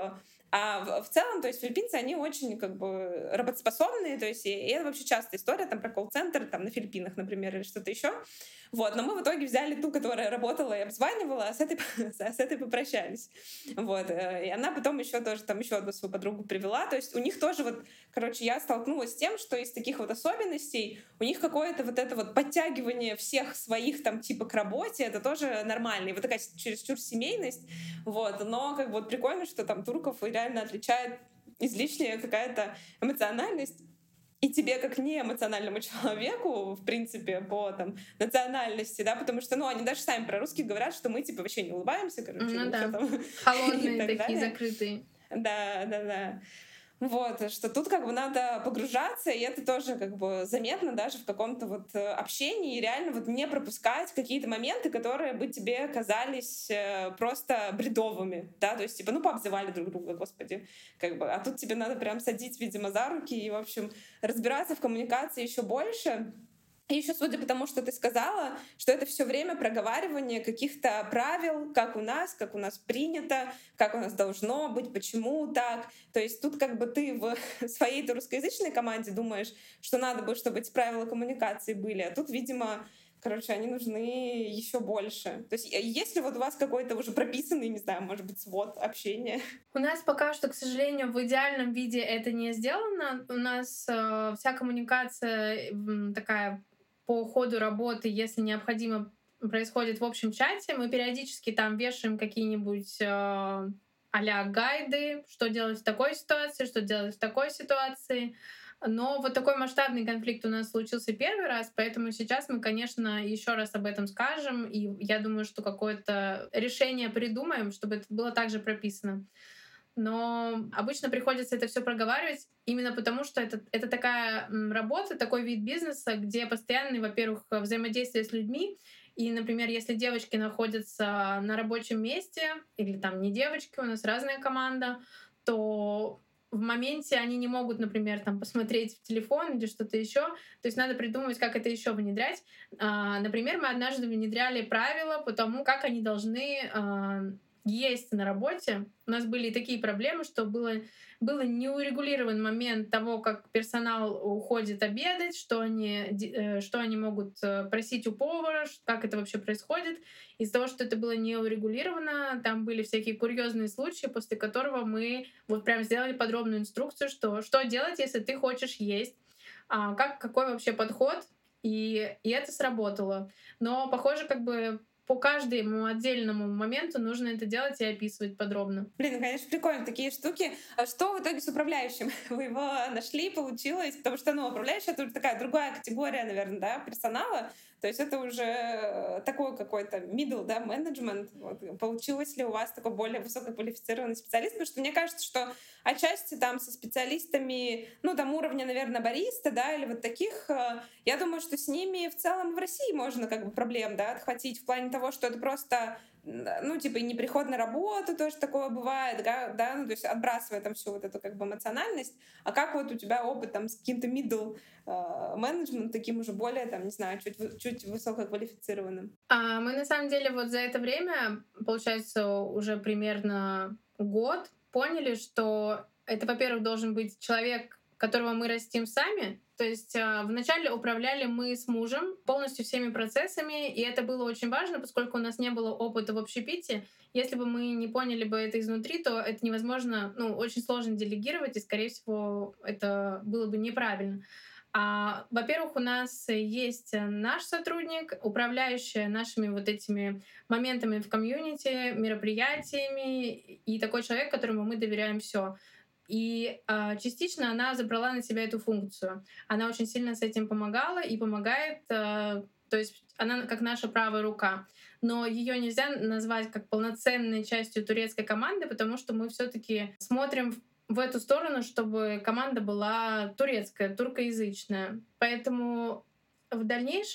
А в целом, то есть филиппинцы, они очень как бы работоспособные, то есть и это вообще частая история там про колл-центр там на Филиппинах, например, или что-то еще. Вот, но мы в итоге взяли ту, которая работала и обзванивала, а с этой, с этой попрощались. Вот, и она потом еще тоже там еще одну свою подругу привела. То есть у них тоже вот, короче, я столкнулась с тем, что из таких вот особенностей у них какое-то вот это вот подтягивание всех своих там типа к работе, это тоже нормально. И вот такая чересчур семейность. Вот, но как бы вот прикольно, что там турков реально отличает излишняя какая-то эмоциональность. И тебе, как неэмоциональному человеку, в принципе, по там, национальности, да, потому что, ну, они даже сами про русских говорят, что мы, типа, вообще не улыбаемся, короче, Ну что да, там, и холодные так такие, далее. закрытые. Да, да, да. Вот, что тут как бы надо погружаться, и это тоже как бы заметно даже в каком-то вот общении, и реально вот не пропускать какие-то моменты, которые бы тебе казались просто бредовыми, да, то есть типа, ну, пообзывали друг друга, господи, как бы, а тут тебе надо прям садить, видимо, за руки и, в общем, разбираться в коммуникации еще больше. И еще, судя по тому, что ты сказала, что это все время проговаривание каких-то правил, как у нас принято, как у нас должно быть, почему так. То есть тут как бы ты в своей русскоязычной команде думаешь, что надо бы, чтобы эти правила коммуникации были, а тут, видимо, короче, они нужны еще больше. То есть если вот у вас какой-то уже прописанный, не знаю, может быть, свод общения? У нас пока что, к сожалению, в идеальном виде это не сделано. У нас вся коммуникация такая по ходу работы, если необходимо, происходит в общем чате. Мы периодически там вешаем какие-нибудь а-ля гайды, что делать в такой ситуации, что делать в такой ситуации. Но вот такой масштабный конфликт у нас случился первый раз, поэтому сейчас мы, конечно, еще раз об этом скажем, и я думаю, что какое-то решение придумаем, чтобы это было также прописано. Но обычно приходится это все проговаривать именно потому, что это такая работа, такой вид бизнеса, где постоянный, во-первых, взаимодействие с людьми. И, например, если девочки находятся на рабочем месте, или там не девочки, у нас разная команда, то в моменте они не могут, например, там посмотреть в телефон или что-то еще. То есть надо придумывать, как это еще внедрять. Например, мы однажды внедряли правила по тому, как они должны есть на работе. У нас были такие проблемы, что был неурегулирован момент того, как персонал уходит обедать, что они могут просить у повара, как это вообще происходит. Из-за того, что это было не урегулировано, там были всякие курьезные случаи, после которого мы вот прям сделали подробную инструкцию, что делать, если ты хочешь есть, какой вообще подход, и это сработало. Но, похоже, как бы по каждому отдельному моменту нужно это делать и описывать подробно. Блин, ну, конечно, прикольно такие штуки. А что в итоге с управляющим? Вы его нашли, получилось? Потому что, ну, управляющий — это уже такая другая категория, наверное, да, персонала. То есть это уже такой какой-то middle, да, менеджмент. Вот. Получилось ли у вас такой более высококвалифицированный специалист? Потому что мне кажется, что отчасти там со специалистами, ну, там уровня, наверное, бариста, да, или вот таких, я думаю, что с ними в целом в России можно как бы проблем, да, отхватить в плане того, что это просто, ну, типа, и неприход на работу тоже такое бывает, да, ну, то есть отбрасывая там всю вот эту как бы эмоциональность. А как вот у тебя опыт там с каким-то middle менеджмент, таким уже более, там, не знаю, чуть высококвалифицированным? Мы на самом деле вот за это время, получается, уже примерно год поняли, что это, во-первых, должен быть человек, которого мы растим сами. То есть вначале управляли мы с мужем полностью всеми процессами, и это было очень важно, поскольку у нас не было опыта в общепите. Если бы мы не поняли бы это изнутри, то это невозможно, ну, очень сложно делегировать, и, скорее всего, это было бы неправильно. Во-первых, у нас есть наш сотрудник, управляющая нашими вот этими моментами в комьюнити, мероприятиями, и такой человек, которому мы доверяем все. И частично она забрала на себя эту функцию. Она очень сильно с этим помогала и помогает, то есть она как наша правая рука. Но ее нельзя назвать как полноценной частью турецкой команды, потому что мы все-таки смотрим в эту сторону, чтобы команда была турецкая, туркоязычная. Поэтому в дальнейшем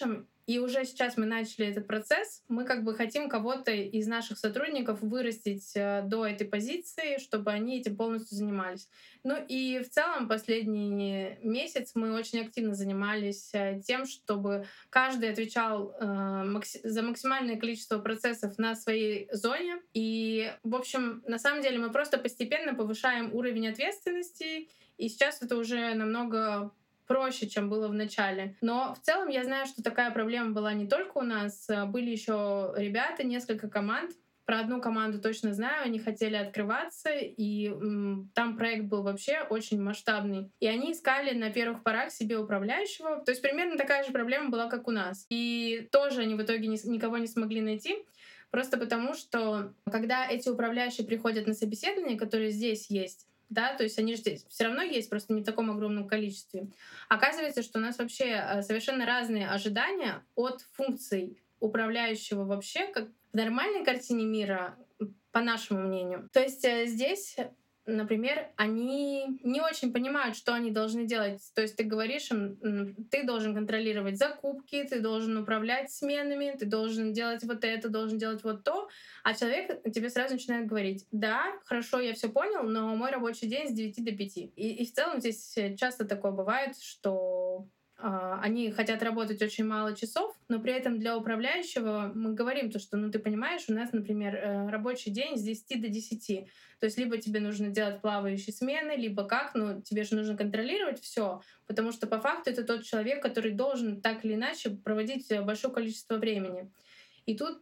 И уже сейчас мы начали этот процесс. Мы как бы хотим кого-то из наших сотрудников вырастить до этой позиции, чтобы они этим полностью занимались. Ну и в целом последний месяц мы очень активно занимались тем, чтобы каждый отвечал за максимальное количество процессов на своей зоне. И, в общем, на самом деле мы просто постепенно повышаем уровень ответственности, и сейчас это уже намного проще, чем было в начале. Но в целом я знаю, что такая проблема была не только у нас. Были еще ребята, несколько команд. Про одну команду точно знаю, они хотели открываться, и там проект был вообще очень масштабный. И они искали на первых порах себе управляющего. То есть примерно такая же проблема была, как у нас. И тоже они в итоге никого не смогли найти. Просто потому, что когда эти управляющие приходят на собеседование, которые здесь есть, да, то есть они же здесь все равно есть, просто не в таком огромном количестве. Оказывается, что у нас вообще совершенно разные ожидания от функций управляющего вообще, как в нормальной картине мира, по нашему мнению. То есть здесь, например, они не очень понимают, что они должны делать. То есть ты говоришь им, ты должен контролировать закупки, ты должен управлять сменами, ты должен делать вот это, должен делать вот то, а человек тебе сразу начинает говорить: да, хорошо, я все понял, но мой рабочий день с 9 до 5. И в целом здесь часто такое бывает, что они хотят работать очень мало часов, но при этом для управляющего мы говорим то, что, ты понимаешь, у нас, например, рабочий день с 10 до 10. То есть либо тебе нужно делать плавающие смены, либо как, но тебе же нужно контролировать все, потому что по факту это тот человек, который должен так или иначе проводить большое количество времени. И тут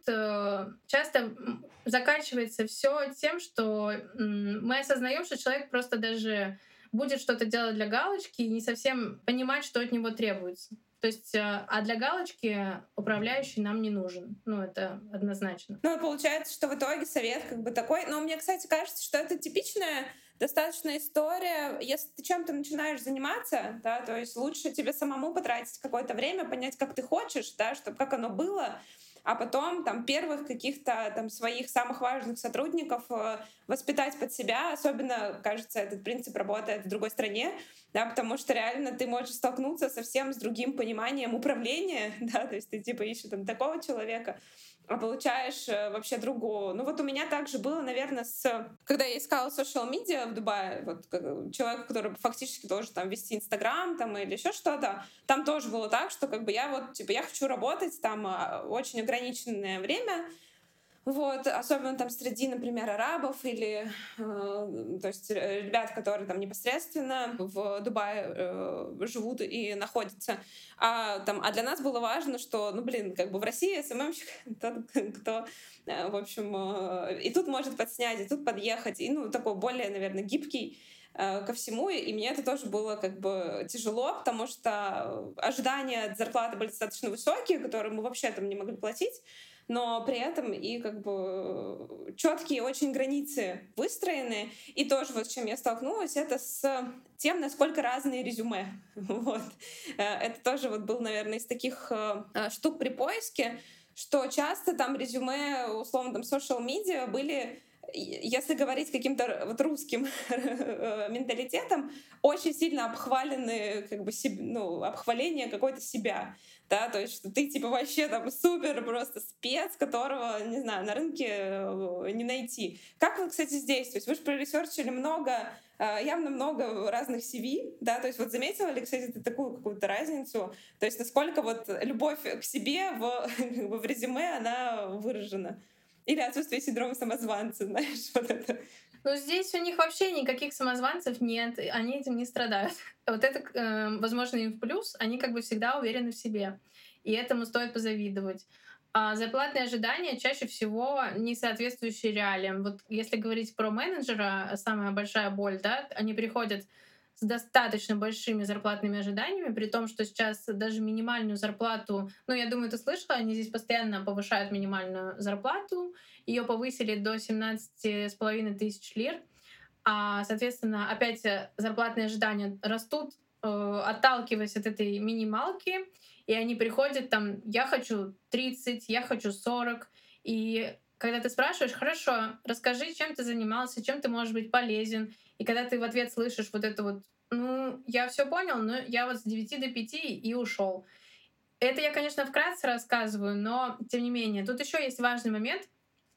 часто заканчивается все тем, что мы осознаем, что человек просто даже будет что-то делать для галочки и не совсем понимать, что от него требуется. То есть, а для галочки управляющий нам не нужен. Это однозначно. Ну, получается, что в итоге совет как бы такой. Но мне, кстати, кажется, что это типичная достаточно история. Если ты чем-то начинаешь заниматься, да, то есть лучше тебе самому потратить какое-то время, понять, как ты хочешь, да, чтобы как оно было, а потом там первых каких-то там своих самых важных сотрудников воспитать под себя. Особенно, кажется, этот принцип работает в другой стране, да, потому что реально ты можешь столкнуться совсем с другим пониманием управления, да, то есть ты типа ищешь там такого человека, а получаешь вообще другого. Ну вот у меня также было, наверное, когда я искала social media в Дубае, вот человек, который фактически должен там вести Инстаграм там или еще что-то, там тоже было так, что как бы я вот типа я хочу работать там очень ограниченное время. Вот, особенно там среди, например, арабов или то есть ребят, которые там непосредственно в Дубае живут и находятся. А для нас было важно, что, как бы в России СММщик тот, кто, в общем, и тут может подснять, и тут подъехать, и, такой более, наверное, гибкий ко всему, и мне это тоже было как бы тяжело, потому что ожидания от зарплаты были достаточно высокие, которые мы вообще там не могли платить, но при этом и как бы четкие очень границы выстроены. И тоже вот с чем я столкнулась, это с тем, насколько разные резюме. Вот. Это тоже вот был, наверное, из таких штук при поиске, что часто там резюме, условно, там social media были, если говорить каким-то вот русским менталитетом, очень сильно обхвалены, как бы, обхваление какой-то себя. Да, то есть, что ты типа вообще там супер просто спец, которого, не знаю, на рынке не найти. Как вы, кстати, здесь? То есть вы же проресерчили явно много разных CV, да, то есть вот заметила ли, кстати, ты такую какую-то разницу? То есть насколько вот любовь к себе в резюме, она выражена? Или отсутствие синдрома самозванца, знаешь, вот это. Здесь у них вообще никаких самозванцев нет, они этим не страдают. Вот это, возможно, им в плюс, они как бы всегда уверены в себе, и этому стоит позавидовать. А зарплатные ожидания чаще всего не соответствующие реалиям. Вот если говорить про менеджера, самая большая боль, да, они приходят с достаточно большими зарплатными ожиданиями, при том, что сейчас даже минимальную зарплату, я думаю, ты слышала, они здесь постоянно повышают минимальную зарплату, ее повысили до 17,5 тысяч лир, а, соответственно, опять зарплатные ожидания растут, отталкиваясь от этой минималки, и они приходят там: я хочу 30, я хочу 40, и когда ты спрашиваешь: хорошо, расскажи, чем ты занимался, чем ты можешь быть полезен, и когда ты в ответ слышишь вот это вот: я все понял, но я вот с 9 до 5 и ушел. Это я, конечно, вкратце рассказываю, но тем не менее. Тут еще есть важный момент,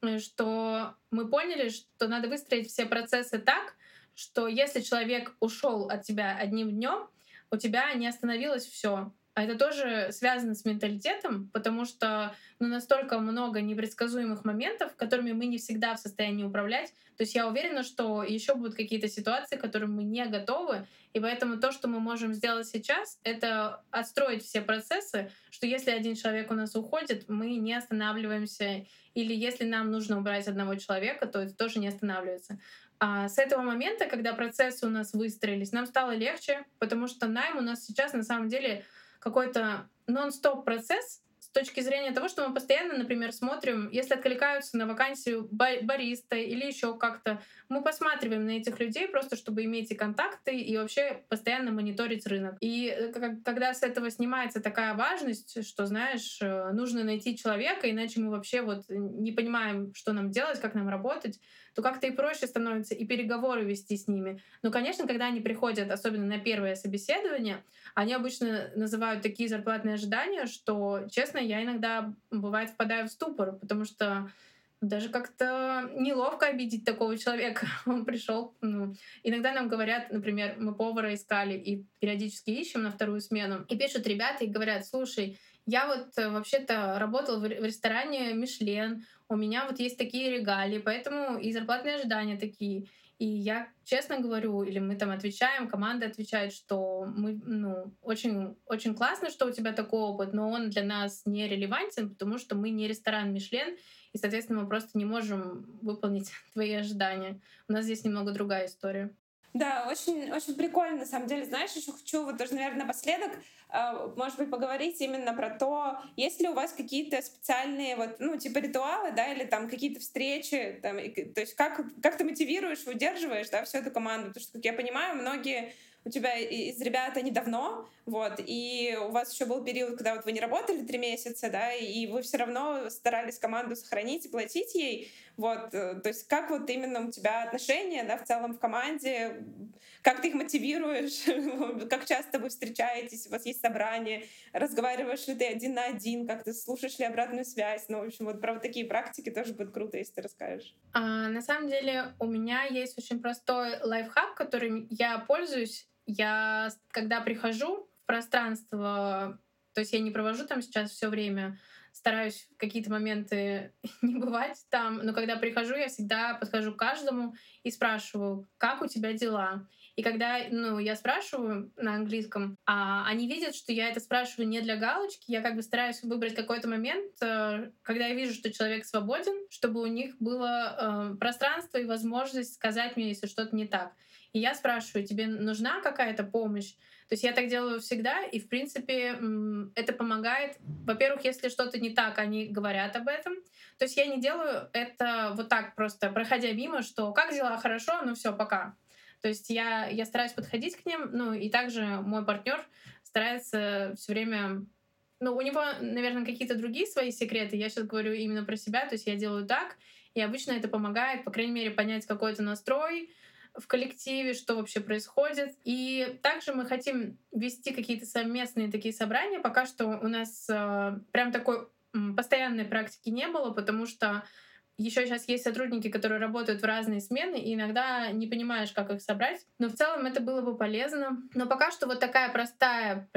что мы поняли, что надо выстроить все процессы так, что если человек ушел от тебя одним днем, у тебя не остановилось все. А это тоже связано с менталитетом, потому что настолько много непредсказуемых моментов, которыми мы не всегда в состоянии управлять. То есть я уверена, что еще будут какие-то ситуации, к которым мы не готовы, и поэтому то, что мы можем сделать сейчас, это отстроить все процессы, что если один человек у нас уходит, мы не останавливаемся, или если нам нужно убрать одного человека, то это тоже не останавливается. А с этого момента, когда процессы у нас выстроились, нам стало легче, потому что найм у нас сейчас на самом деле какой-то нон-стоп процесс с точки зрения того, что мы постоянно, например, смотрим, если откликаются на вакансию бариста или еще как-то, мы посматриваем на этих людей просто, чтобы иметь и контакты, и вообще постоянно мониторить рынок. И когда с этого снимается такая важность, что, знаешь, нужно найти человека, иначе мы вообще вот не понимаем, что нам делать, как нам работать, то как-то и проще становится и переговоры вести с ними. Но, конечно, когда они приходят, особенно на первое собеседование, они обычно называют такие зарплатные ожидания, что, честно, я иногда, бывает, впадаю в ступор, потому что даже как-то неловко обидеть такого человека. Он пришел. Иногда нам говорят, например, мы повара искали и периодически ищем на вторую смену, и пишут ребята и говорят: слушай, я вот вообще-то работал в ресторане «Мишлен», у меня вот есть такие регалии, поэтому и зарплатные ожидания такие. И я честно говорю, или мы там отвечаем, команда отвечает, что мы, очень, очень классно, что у тебя такой опыт, но он для нас не релевантен, потому что мы не ресторан «Мишлен», и, соответственно, мы просто не можем выполнить твои ожидания. У нас здесь немного другая история. Да, очень, очень прикольно, на самом деле. Знаешь, еще хочу вот тоже, наверное, напоследок, может быть, поговорить именно про то, есть ли у вас какие-то специальные вот, типа ритуалы, да, или там какие-то встречи, там, то есть как ты мотивируешь, удерживаешь, да, всю эту команду, потому что, как я понимаю, многие у тебя из ребят они давно, вот, и у вас еще был период, когда вот вы не работали 3 месяца, да, и вы все равно старались команду сохранить и платить ей, вот, то есть как вот именно у тебя отношения, да, в целом в команде, как ты их мотивируешь, как часто вы встречаетесь, у вас есть собрания, разговариваешь ли ты один на один, как ты слушаешь ли обратную связь, в общем, вот про вот такие практики тоже будет круто, если ты расскажешь. На самом деле у меня есть очень простой лайфхак, которым я пользуюсь. Я, когда прихожу в пространство, то есть я не провожу там сейчас все время, стараюсь в какие-то моменты не бывать там, но когда прихожу, я всегда подхожу к каждому и спрашиваю: как у тебя дела? И когда я спрашиваю на английском, они видят, что я это спрашиваю не для галочки, я как бы стараюсь выбрать какой-то момент, когда я вижу, что человек свободен, чтобы у них было пространство и возможность сказать мне, если что-то не так. И я спрашиваю: тебе нужна какая-то помощь? То есть я так делаю всегда, и, в принципе, это помогает. Во-первых, если что-то не так, они говорят об этом. То есть я не делаю это вот так просто, проходя мимо, что «как дела? Хорошо? Ну все, пока». То есть я стараюсь подходить к ним, и также мой партнер старается все время... у него, наверное, какие-то другие свои секреты. Я сейчас говорю именно про себя, то есть я делаю так, и обычно это помогает, по крайней мере, понять какой-то настрой в коллективе, что вообще происходит. И также мы хотим вести какие-то совместные такие собрания. Пока что у нас прям такой постоянной практики не было, потому что еще сейчас есть сотрудники, которые работают в разные смены, и иногда не понимаешь, как их собрать. Но в целом это было бы полезно. Но пока что вот такая простая,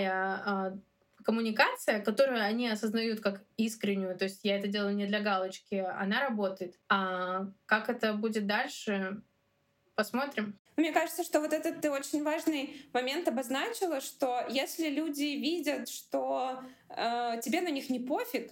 прямая коммуникация, которую они осознают как искреннюю, то есть я это делаю не для галочки, она работает. А как это будет дальше, посмотрим. Мне кажется, что вот этот ты очень важный момент обозначила, что если люди видят, что тебе на них не пофиг,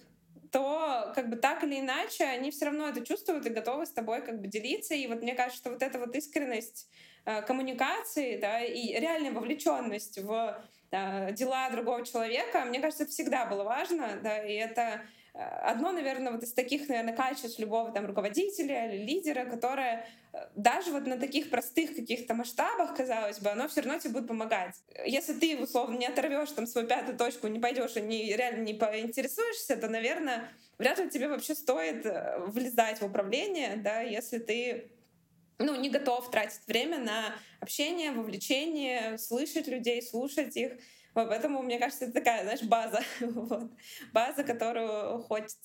то как бы так или иначе они все равно это чувствуют и готовы с тобой как бы делиться. И вот мне кажется, что вот эта вот искренность коммуникации, да, и реальная вовлеченность в дела другого человека, мне кажется, это всегда было важно, да, и это одно, наверное, вот из таких, наверное, качеств любого там руководителя или лидера, которое даже вот на таких простых каких-то масштабах, казалось бы, оно все равно тебе будет помогать. Если ты, условно, не оторвешь там свою пятую точку, не пойдешь и реально не поинтересуешься, то, наверное, вряд ли тебе вообще стоит влезать в управление, да, если ты не готов тратить время на общение, вовлечение, слышать людей, слушать их. Вот, поэтому, мне кажется, это такая, знаешь, база. Вот. База, которую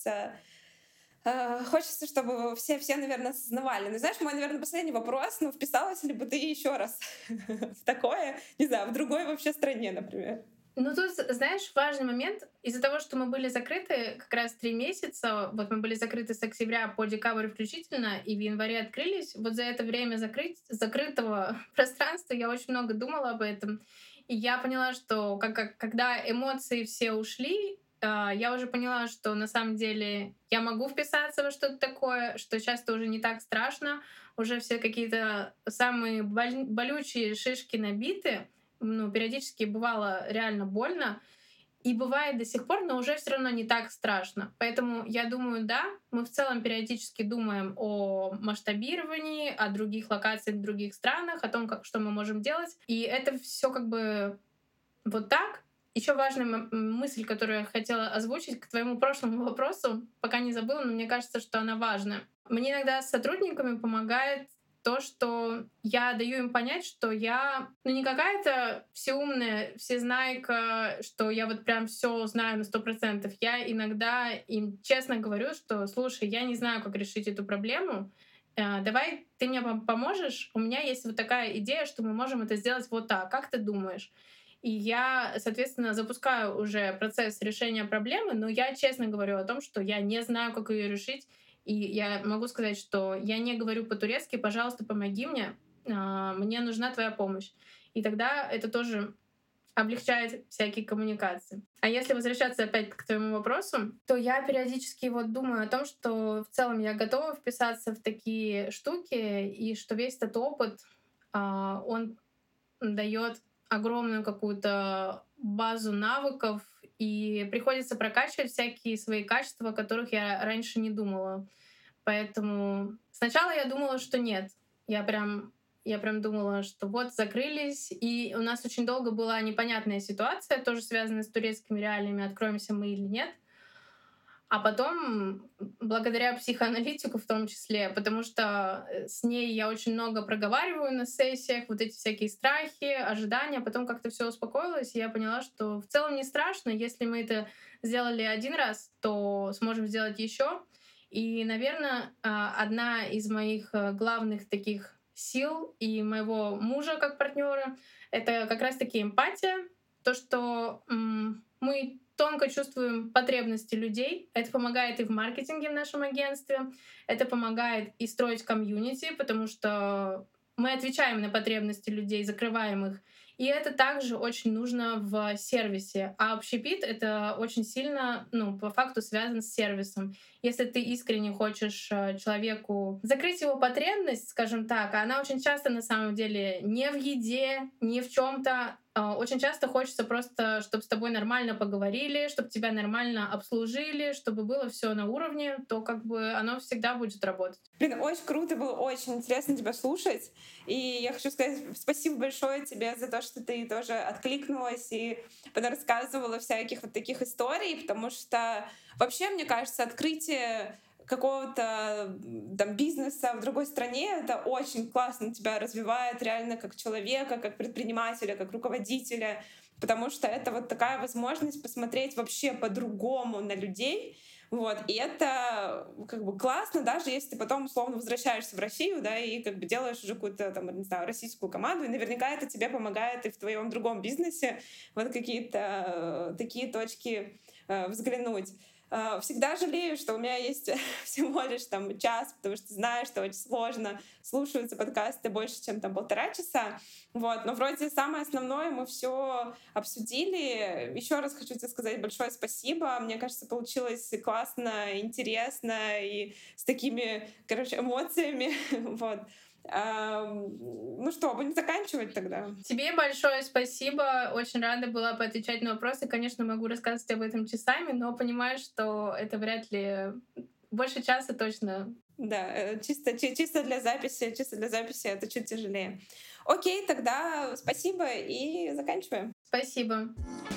хочется, чтобы все, наверное, осознавали. Ну, знаешь, мой, наверное, последний вопрос, вписалась ли бы ты еще раз в такое, не знаю, в другой вообще стране, например? Ну, тут, знаешь, важный момент. Из-за того, что мы были закрыты как раз 3 месяца, вот мы были закрыты с октября по декабрь включительно, и в январе открылись, вот за это время закрытого пространства я очень много думала об этом. И я поняла, что когда эмоции все ушли, я уже поняла, что на самом деле я могу вписаться во что-то такое, что сейчас это уже не так страшно, уже все какие-то самые болючие шишки набиты, периодически бывало реально больно, и бывает до сих пор, но уже все равно не так страшно. Поэтому я думаю, да, мы в целом периодически думаем о масштабировании, о других локациях в других странах, о том, что мы можем делать. И это все как бы вот так. Еще важная мысль, которую я хотела озвучить к твоему прошлому вопросу, пока не забыла, но мне кажется, что она важная. Мне иногда с сотрудниками помогает то, что я даю им понять, что я не какая-то всеумная, всезнайка, что я вот прям все знаю на 100%. Я иногда им честно говорю, что, слушай, я не знаю, как решить эту проблему, давай ты мне поможешь, у меня есть вот такая идея, что мы можем это сделать вот так, как ты думаешь? И я, соответственно, запускаю уже процесс решения проблемы, но я честно говорю о том, что я не знаю, как ее решить. И я могу сказать, что я не говорю по-турецки, пожалуйста, помоги мне, мне нужна твоя помощь. И тогда это тоже облегчает всякие коммуникации. А если возвращаться опять к твоему вопросу, то я периодически вот думаю о том, что в целом я готова вписаться в такие штуки, и что весь этот опыт, он дает огромную какую-то базу навыков, и приходится прокачивать всякие свои качества, о которых я раньше не думала. Поэтому сначала я думала, что нет. Я прям думала, что вот закрылись, и у нас очень долго была непонятная ситуация, тоже связанная с турецкими реалиями, откроемся мы или нет. А потом, благодаря психоаналитику в том числе, потому что с ней я очень много проговариваю на сессиях, вот эти всякие страхи, ожидания, потом как-то все успокоилось, и я поняла, что в целом не страшно, если мы это сделали один раз, то сможем сделать еще. И, наверное, одна из моих главных таких сил и моего мужа как партнера — это как раз-таки эмпатия, то, что мы тонко чувствуем потребности людей. Это помогает и в маркетинге в нашем агентстве, это помогает и строить комьюнити, потому что мы отвечаем на потребности людей, закрываем их. И это также очень нужно в сервисе. А общепит — это очень сильно, по факту связан с сервисом. Если ты искренне хочешь человеку закрыть его потребность, скажем так, а она очень часто на самом деле не в еде, не в чем-то. Очень часто хочется просто, чтобы с тобой нормально поговорили, чтобы тебя нормально обслужили, чтобы было все на уровне, то как бы оно всегда будет работать. Блин, очень круто, было очень интересно тебя слушать. И я хочу сказать спасибо большое тебе за то, что ты тоже откликнулась и рассказывала всяких вот таких историй, потому что вообще, мне кажется, открытие какого-то там бизнеса в другой стране, это очень классно тебя развивает реально как человека, как предпринимателя, как руководителя, потому что это вот такая возможность посмотреть вообще по-другому на людей. Вот. И это как бы классно, даже если ты потом условно возвращаешься в Россию, да, и как бы делаешь уже какую-то там, не знаю, российскую команду, и наверняка это тебе помогает и в твоем другом бизнесе вот какие-то такие точки взглянуть. Всегда жалею, что у меня есть всего лишь там час, потому что знаю, что очень сложно слушаются подкасты больше, чем там 1,5 часа. Вот. Но вроде самое основное мы все обсудили. Еще раз хочу тебе сказать большое спасибо. Мне кажется, получилось классно, интересно и с такими, эмоциями. Вот. Ну что, будем заканчивать тогда? Тебе большое спасибо. Очень рада была поотвечать на вопросы. Конечно, могу рассказывать об этом часами, но понимаю, что это вряд ли больше часа точно. Да, чисто для записи это чуть тяжелее. Окей, тогда спасибо и заканчиваем. Спасибо.